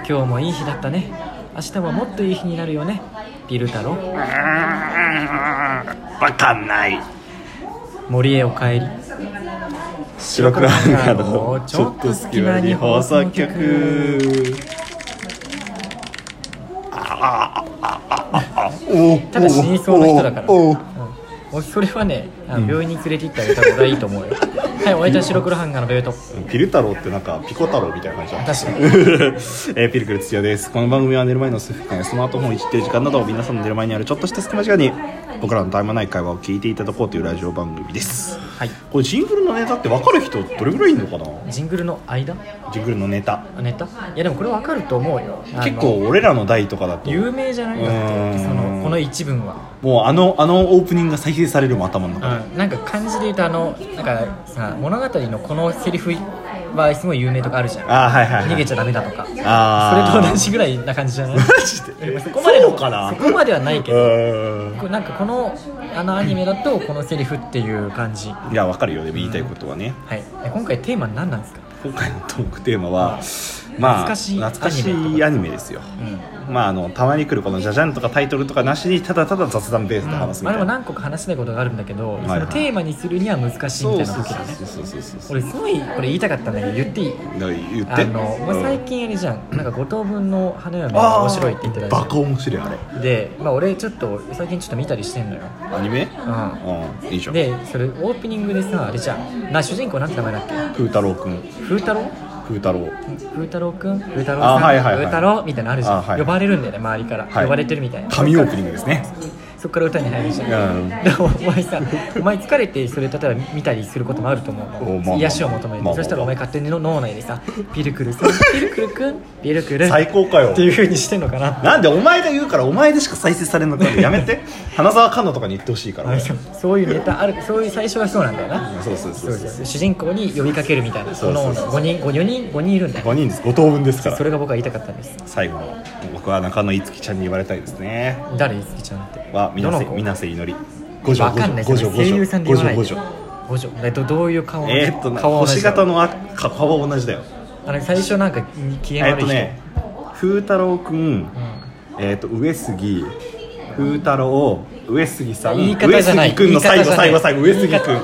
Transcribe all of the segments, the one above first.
今日もいい日だったね。明日はもっといい日になるよね。ピル太郎。 わかんない。 森へお帰り。 白黒ハンガーのちょっと隙間に放送局。 ただ死にそうな人だから、それはね、病院に連れて行ってあげた方がいいと思うよ。はい、お相手は白黒ハンガーのベルト。 ピル太郎ってなんかピコ太郎みたいな感じだ。 確かに。 ピルクル土屋です。この番組は寝る前の数分間やスマートフォンをいじっている時間など、皆さんの寝る前にあるちょっとした隙間時間に僕らの絶え間ない会話を聞いていただこうというラジオ番組です。 はい。 これジングルのネタって分かる人どれぐらいいるのかな。 ジングルの間？ ジングルのネタ。 ネタ？いやでもこれ分かると思うよ。 結構俺らの代とかだと有名じゃないだってこの一文は。 もうあのオープニングが再生されるもん頭の中で。 なんか漢字で言うとなんかさ、物語のこのセリフはすごい有名とかあるじゃん。 はいはいはい、 逃げちゃダメだとか。それあと同じぐらいな感じじゃない？マジでそこまでそうかな。 そこまではないけど、なんかこのアニメだとこのセリフっていう感じ。 いや分かるよ。でも言いたいことはね、 はい。今回テーマ何なんですか？ 今回のトークテーマは、 懐かしいアニメですよ。たまに来るこのジャジャンとかタイトルとかなしにただただ雑談ベースで話すみたいな。 でも何個か話したいことがあるんだけど、そのテーマにするには難しいみたいな時だね。俺すごいこれ言いたかったんだけど、言っていい？ 言って。 最近あれじゃん、なんか五等分の花嫁が面白いって言ってたじゃん。 バカ面白いあれで、俺ちょっと最近ちょっと見たりしてんのよ。 アニメ？いいじゃん。 でそれオープニングでさ、あれじゃん、主人公なんて名前だっけ？ 風太郎くん。 風太郎？ 風太郎くん、風太郎さん、風太郎みたいなのあるじゃん。呼ばれるんだよね、周りから。呼ばれてるみたいな。 神オープニングですね。 そっから歌に入るじゃん。でもお前疲れてそれ例えば見たりすることもあると思うの。癒しを求めて。そしたらお前勝手に脳内でさ、ピルクルさん、ピルクルくん、ピルクル最高かよっていう風にしてんのかな。 なんでお前が言うからお前でしか再生されんのかやめて。花澤香菜とかに言ってほしいから。 そういうネタある。そういう最初はそうなんだよな。 そう主人公に呼びかけるみたいな。5人いるんだよ。 5人です。5等分ですから。 それが僕は言いたかったんです。 最後の僕は中野いつきちゃんに言われたいですね。 誰いつきちゃんって？ は水瀬いのり。 分かんない。声優さんで言わないで。五条。どういう顔？ 星型の顔は同じだよ。 最初なんか機嫌悪い人。 風太郎くん、上杉風太郎上杉さん、上杉くんの最後上杉くん。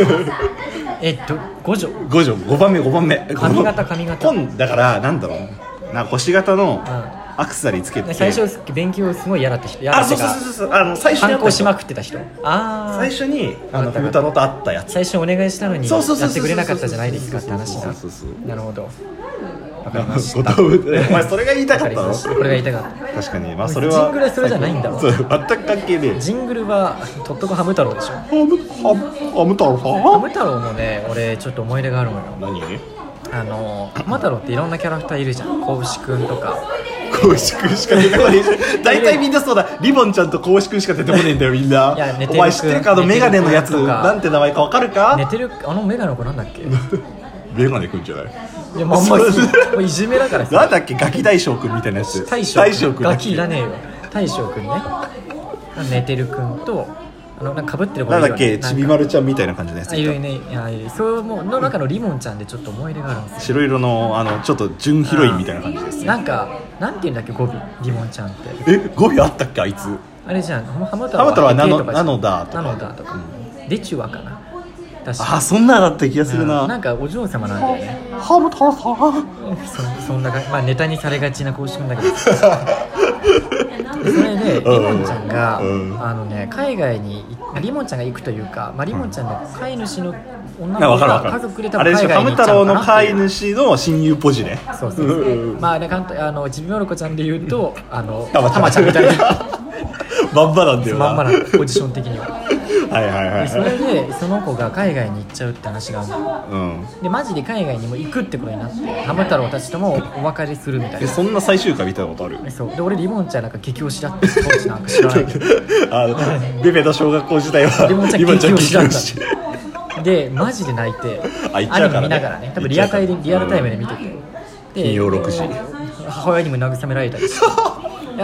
五条 5番目髪型だからなんだろうな、星型のアクセサリーつけて、 最初勉強すごい嫌だった人。 そう最初に反抗しまくってた人。 最初に風太郎と会ったやつ。 最初お願いしたのにやってくれなかったじゃないですかって話だ。なるほど、わかりました。 お前それが言いたかったの？ これが言いたかった。 確かにそれはジングルはそれじゃないんだろ。 全く関係ねえ。 ジングルはとっとこハム太郎でしょ。 ハム太郎さん。 ハム太郎もね、俺ちょっと思い出があるのよ。 何？ ハム太郎っていろんなキャラクターいるじゃん。子牛くんとか。 子牛くんしか出てこない。大体みんなそうだ。リボンちゃんと子牛くんしか出てこないんだよみんな。お前知ってるか？メガネのやつなんて名前かわかるか？ 寝てるメガネの子なんだっけ？ メガネくんじゃない？ いや、まんまいじめだからさ。 なんだっけ？ガキ大将くんみたいなやつ。 大将くん。ガキいらねえよ。大将くんね。寝てるくんとなんか被ってる子いるよね。 なんだっけ？ちびまるちゃんみたいな感じのやつ。 いるね。そうの中のリモンちゃんでちょっと思い出があるんですよ。 白色のちょっと準ヒロインみたいな感じですね。 なんかなんて言うんだっけ、語尾リモンちゃんって。 語尾あったっけあいつ？あれじゃん。ハム太郎はナノだとか。デチュワかな。 そんなだった気がするな。 なんかお嬢様なんだよね。 ハム太郎さん。そんなネタにされがちな公式なんだけど。それでリモンちゃんが海外にリモンちゃんが行くというか、リモンちゃんの飼い主の女の子が家族で多分海外に行っちゃうのかなっていう。ハム太郎の飼い主の親友ポジね。 そうちびまる子ちゃんで言うとたまちゃんみたいな。 まんまなんだよな。 まんまなポジション的には。それでその子が海外に行っちゃうって話があるの。でマジで海外にも行くってことになって、ハム太郎たちともお別れするみたいな。 そんな最終回見たことある？ そうで、俺リボンちゃんなんか激推しだって当時なんか知らないけど。 ベベの小学校時代はリボンちゃん激推しだったで、マジで泣いてアニメ見ながらね、多分リアタイムで見てて、 金曜6時母親にも慰められたりして、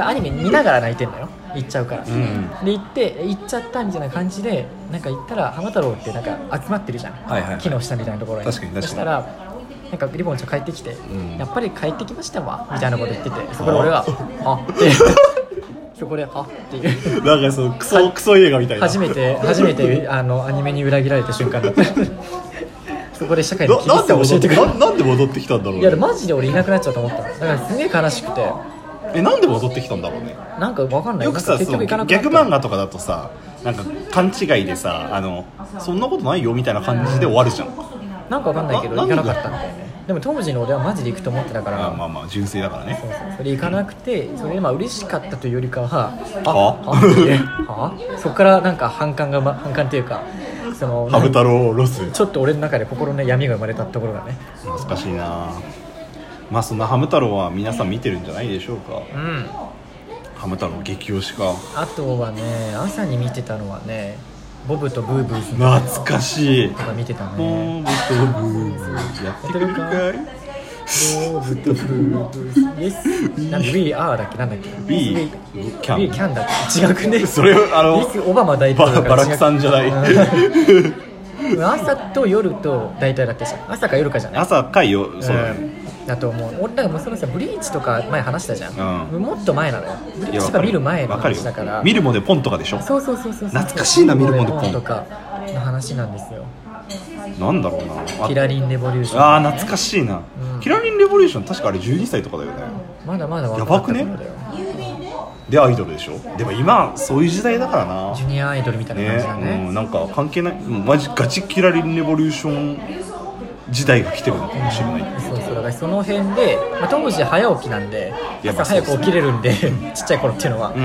アニメ見ながら泣いてんのよ。行っちゃうから、で行っちゃったみたいな感じで、なんか行ったらハム太郎ってなんか集まってるじゃん、木の下みたいなところに。そしたらなんかリボンちゃん帰ってきて、やっぱり帰ってきましたわみたいなこと言ってて、そこで俺があってそこであっていうなんかそのクソ映画みたいな初めてアニメに裏切られた瞬間だったそこで社会の厳しさを教えてくれる。 なんで戻ってきたんだろうね。 いやマジで俺いなくなっちゃうと思った。だからすげえ悲しくて、 なんで戻ってきたんだろうね。 なんかわかんない。 よくさ、 結局行かなくギなった。 ャグ漫画とかだとさ、なんか勘違いでさ、そんなことないよみたいな感じで終わるじゃん。 なんかわかんないけど行かなかったんだよね。でも当時の俺はマジで行くと思ってたから、 まあ純粋だからね。 それ行かなくて、それでまあ嬉しかったというよりかはそこからなんか反感っていうか、そのハム太郎ロス、 ちょっと俺の中で心の闇が生まれたところがね。 懐かしいな。まあそんなハム太郎は皆さん見てるんじゃないでしょうか。ハム太郎激推しか。あとはね、朝に見てたのはね、ボブとブーブーズ懐かしいとか見てたね。 ボブとブーブーズやってくるかい。 ボブとブーブーズ Yes なんで We are だっけ、なんだっけ We can だっけ、違くね。 それオバマ大統領バラクさんじゃない朝と夜と大体だってじゃん。朝か夜かじゃない。 朝か夜、そうだね。 だと思う。俺だからもうそのさ、ブリーチとか前話したじゃん、もっと前なのよ。ブリーチとか見る前の話だから。 見るもでポンとかでしょ。 そう懐かしいな、見るもでポンとかの話なんですよ。 なんだろうな、 キラリンレボリューション、 懐かしいな、キラリンレボリューション確かあれ12歳とかだよね。 まだまだやばくね。でアイドルでしょ。でも今そういう時代だからな、 ジュニアアイドルみたいな感じだね。 なんか関係ない、マジガチキラリンレボリューション時代が来てるのかもしれない。 そうだからその辺で、当時早起きなんで朝早く起きれるんでちっちゃい頃っていうのは、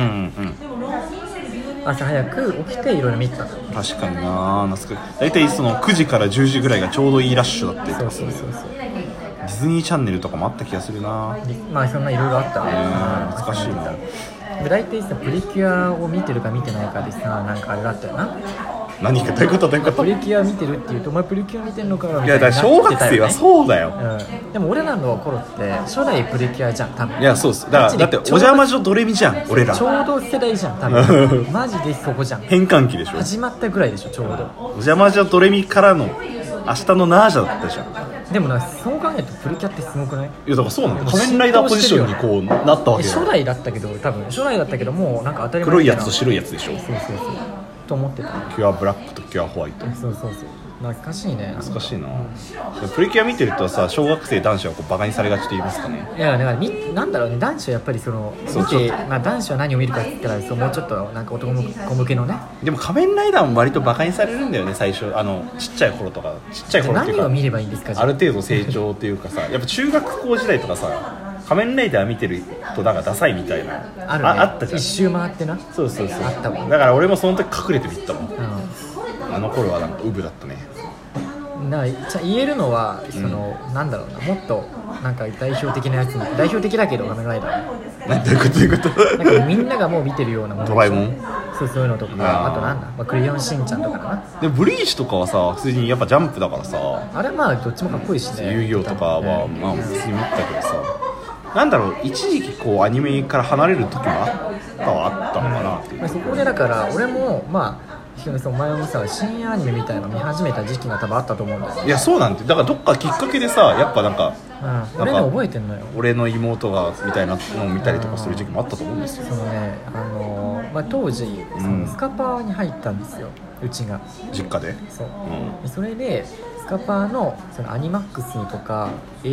朝早く起きていろいろ見てた。 確かにな、大体その9時から10時ぐらいがちょうどいいラッシュだって。 そうディズニーチャンネルとかもあった気がするな。 そんないろいろあったね。 懐かしいな。 大体さ、プリキュアを見てるか見てないかでさ、なんかあれだったよな。 何かどういうことプリキュア見てるって言うと、お前プリキュア見てんのかみたいな。 いやだから小学生はそうだよ、 でも俺らの頃って初代プリキュアじゃん多分。 いやそうっす。だってお邪魔女ドレミじゃん俺ら。 ちょうど世代じゃん多分マジでそこじゃん。 変換期でしょ。 始まったぐらいでしょちょうど。 お邪魔女ドレミからの明日のナージャだったじゃん。 でもそう考えるとプリキュアってすごくない？ いやだからそうなの。仮面ライダーポジションにこうなったわけよ。 初代だったけどもうなんか当たり前。 黒いやつと白いやつでしょ。 そうと思ってた。 キュアブラックとキュアホワイト。 そう懐かしいね。 懐かしいな、プリキュア見てるとさ、小学生男子はこうバカにされがちと言いますかね。 いやだからなんだろうね、男子はやっぱり見て、男子は何を見るかって言ったらもうちょっとなんか男の子向けのね。 でも仮面ライダーも割とバカにされるんだよね最初。ちっちゃい頃っていうか何を見ればいいんですか。 ある程度成長っていうかさやっぱ中学校時代とかさ、仮面ライダー見てるとなんかダサいみたいな あったじゃん。 一周回ってな。 そうあったわ。 だから俺もその時隠れて見てたもん、あの頃はなんかウブだったね。 言えるのはなんだろうな、もっとなんか代表的なやつ、代表的だけど仮面ライダーどういうことなんかみんながもう見てるようなもの。 ドラえもん。 そういうのとか、あとなんだ、クレヨンしんちゃんとかかな。 でブリーチとかはさ普通にやっぱジャンプだからさ、 あれどっちもかっこいいしね。 遊戯王とかは普通に見たけどさ、なんだろう、一時期こうアニメから離れる時もあったのかなっていう。 そこでだから俺もお前もさ、深夜アニメみたいなの見始めた時期が多分あったと思うんだよ。 いやそうなんて、だからどっかきっかけでさ、やっぱなんか、 俺ね覚えてんのよ。 俺の妹がみたいなのを見たりとかする時期もあったと思うんですよ。 当時スカパーに入ったんですよ、うちが実家で。 それでスカパーのアニマックスとか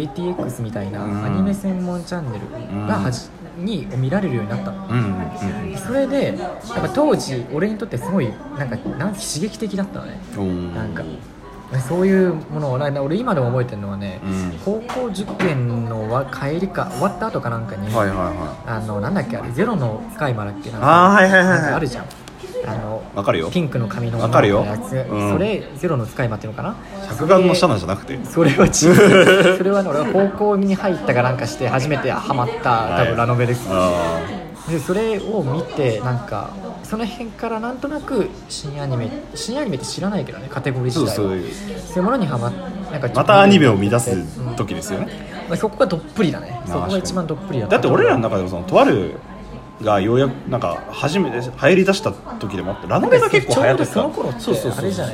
ATX みたいなアニメ専門チャンネルがに見られるようになったの。それでやっぱ当時俺にとってすごいなんか刺激的だったのね。なんかそういうものを俺今でも覚えてるのはね、高校受験の帰りか終わった後かなんかに、なんだっけあれ、ゼロの使い魔だっけ、なんかあるじゃん。 わかるよ。 ピンクの髪のわかるよ。 それゼロの使い魔っていうのかな。 着眼のシャナじゃなくて。 それは違う。それはね、俺は高校に入ったかなんかして初めてハマった多分ラノベです。でそれを見てなんかその辺からなんとなく深夜アニメって知らないけどね、カテゴリー自体はそういうものにハマなんかまたアニメを乱す時ですよね。 そこがどっぷりだね。そこが一番どっぷりだ。 だって俺らの中でもとあるがようやくなんか初めて流行り出した時でもあって、ラノベが結構流行ってた。 その頃ってあれじゃない、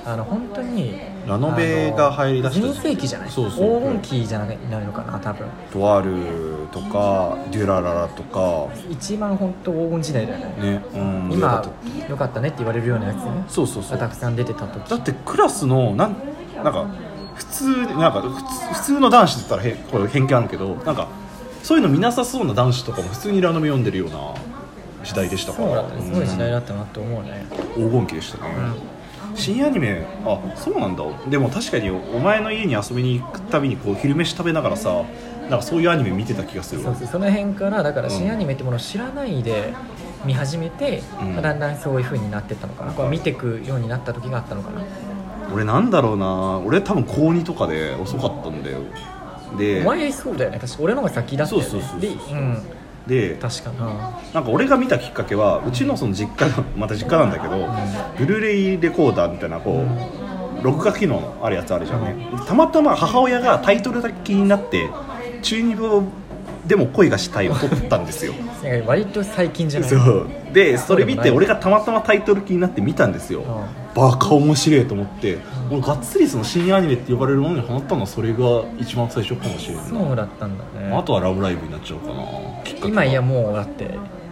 本当にラノベが入りだした全盛期じゃない、 そうそう黄金期じゃないのかな多分。 ドワールとかデュラララとか一番本当黄金時代だよね。今よかったねって言われるようなやつね。 そうがたくさん出てた時。 だってクラスのなんか普通の男子だったらこれ偏見あるけど、なんかそういうの見なさそうな男子とかも普通にラノベ読んでるような時代でしたから。 そうだったね、すごい時代だったなって思うね。 黄金期でしたね。新アニメ、そうなんだ。でも確かにお前の家に遊びに行くたびにこう昼飯食べながらさ、なんかそういうアニメ見てた気がする。 その辺からだから新アニメってものを知らないで見始めて、だんだんそういう風になってったのかな、こう見ていくようになった時があったのかな。 俺なんだろうな、俺多分高2とかで遅かったんだよ。でお前そうだよね、確か俺の方が先だったよね。で確かなんか俺が見たきっかけはうちのその実家のまた実家なんだけど、ブルーレイレコーダーみたいなこう録画機能のあるやつあるじゃんね。たまたま母親がタイトルだけ気になって中二病でも恋がしたいを撮ったんですよ割と最近じゃない。 そうでそれ見て俺がたまたまタイトル気になって見たんですよ。バカ面白いと思って、俺がっつりその新アニメって呼ばれるものにハマったのはそれが一番最初かもしれない。 そうだったんだね。 あとはラブライブになっちゃうかな。 今いやもうだって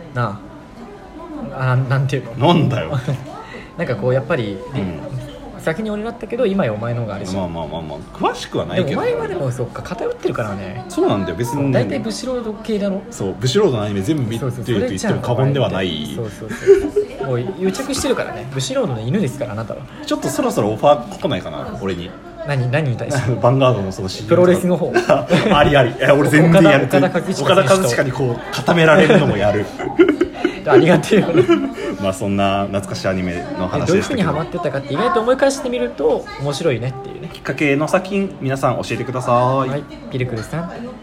なんていうのなんだよなんかこうやっぱり、先に俺だったけど今やお前の方があるし、 まあ詳しくはないけど、 でもお前はでもそっか偏ってるからね。 そうなんだよ別に大体ブシロード系だろ。 そうブシロードのアニメ全部見てると言っても過言ではない。 もう癒着してるからね。ブシロードの犬ですからあなたは。 ちょっとそろそろオファー来ないかな俺に。 何に対して？ ヴァンガードのそのプロレスの方あり俺全然やる。岡田和親にこう固められるのもやるありがてえよねまあそんな懐かしいアニメの話でしたけど、 どういう風にハマってたかって意外と思い返してみると面白いねっていうね。 きっかけの作品皆さん教えてください。 はい、ピルクルさん。